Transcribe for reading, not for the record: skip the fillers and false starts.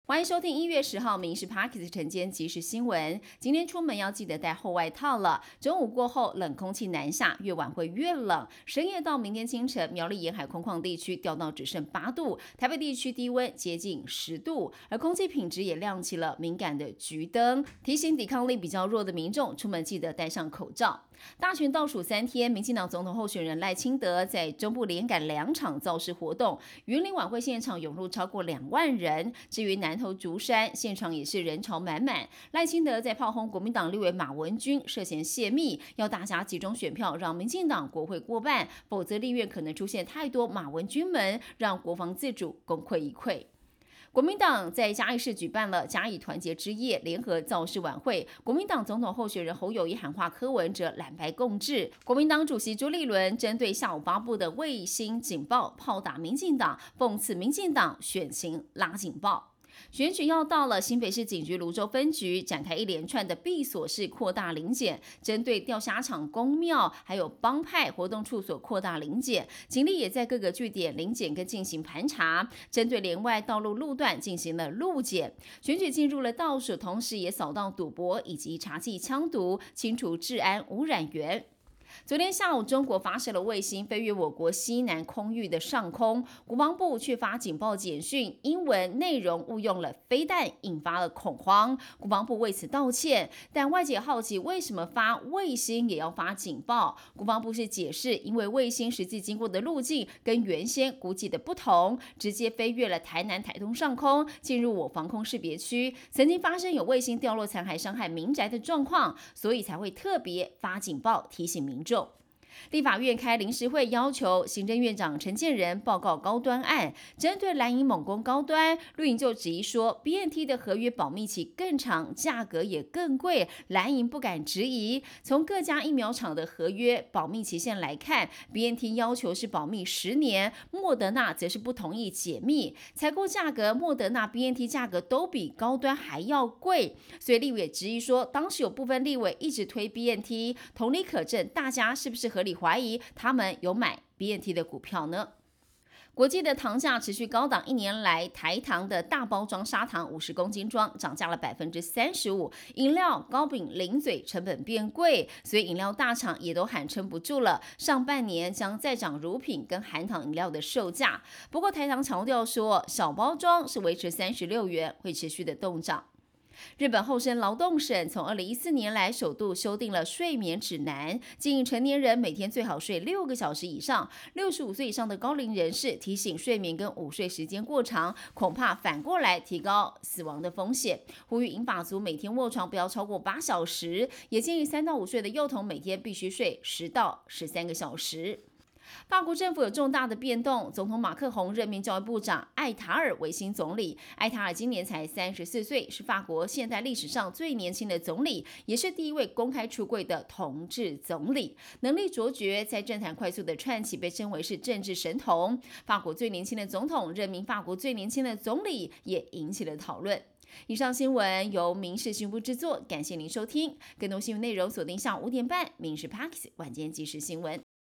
欢迎收听1月10号民事 Parkes 晨间即时新闻。今天出门要记得带厚外套了。中午过后，冷空气南下，越晚会越冷。深夜到明天清晨，苗栗沿海空旷地区掉到只剩8度，台北地区低温接近10度，而空气品质也亮起了敏感的橘灯，提醒抵抗力比较弱的民众出门记得戴上口罩。大选倒数3天，民进党总统候选人赖清德在中部连赶2场造势活动，云林晚会现场涌入超过2万人。至于南投竹山，现场也是人潮满满。赖清德在炮轰国民党立委马文君涉嫌泄密，要大家集中选票，让民进党国会过半，否则立院可能出现太多马文君们，让国防自主功亏一篑。国民党在嘉义市举办了嘉义团结之夜联合造势晚会，国民党总统候选人侯友宜喊话柯文哲蓝白共治，国民党主席朱立伦针对下午发布的卫星警报炮打民进党，讽刺民进党选情拉警报。选举要到了，新北市警局芦洲分局展开一连串的闭锁式扩大临检，针对钓虾场、公庙还有帮派活动处所扩大临检，警力也在各个据点临检跟进行盘查，针对连外道路路段进行了路检。选举进入了倒数，同时也扫荡赌博以及查缉枪毒，清除治安污染源。昨天下午，中国发射了卫星飞越我国西南空域的上空，国防部却发警报简讯，英文内容误用了飞弹，引发了恐慌。国防部为此道歉，但外界好奇为什么发卫星也要发警报？国防部是解释，因为卫星实际经过的路径跟原先估计的不同，直接飞越了台南、台东上空，进入我防空识别区，曾经发生有卫星掉落残骸伤害民宅的状况，所以才会特别发警报提醒民众。立法院开临时会，要求行政院长陈建仁报告高端案。针对蓝营猛攻高端，绿营就质疑说 BNT 的合约保密期更长，价格也更贵，蓝营不敢质疑。从各家疫苗厂的合约保密期限来看， BNT 要求是保密10年，莫德纳则是不同意解密。采购价格，莫德纳 BNT 价格都比高端还要贵，所以立委质疑说，当时有部分立委一直推 BNT， 同理可证，大家是不是合理怀疑他们有买 BNT 的股票呢？国际的糖价持续高档，1年来台糖的大包装砂糖50公斤装涨价了35%，饮料、糕饼、零嘴成本变贵，所以饮料大厂也都喊撑不住了，上半年将再涨乳品跟含糖饮料的售价。不过台糖强调说，小包装是维持36元，会持续的动涨。日本厚生劳动省从2014年来首度修订了睡眠指南，建议成年人每天最好睡6个小时以上，65岁以上的高龄人士提醒睡眠跟午睡时间过长，恐怕反过来提高死亡的风险。呼吁银发族每天卧床不要超过8小时，也建议3到5岁的幼童每天必须睡10到13个小时。法国政府有重大的变动，总统马克宏任命教育部长艾塔尔为新总理。艾塔尔今年才34岁，是法国现代历史上最年轻的总理，也是第一位公开出柜的同志总理，能力卓绝，在政坛快速的窜起，被称为是政治神童。法国最年轻的总统任命法国最年轻的总理，也引起了讨论。以上新闻由民事新闻部制作，感谢您收听。更多新闻内容锁定下午5点半，民事 Parkes 晚间即时新闻。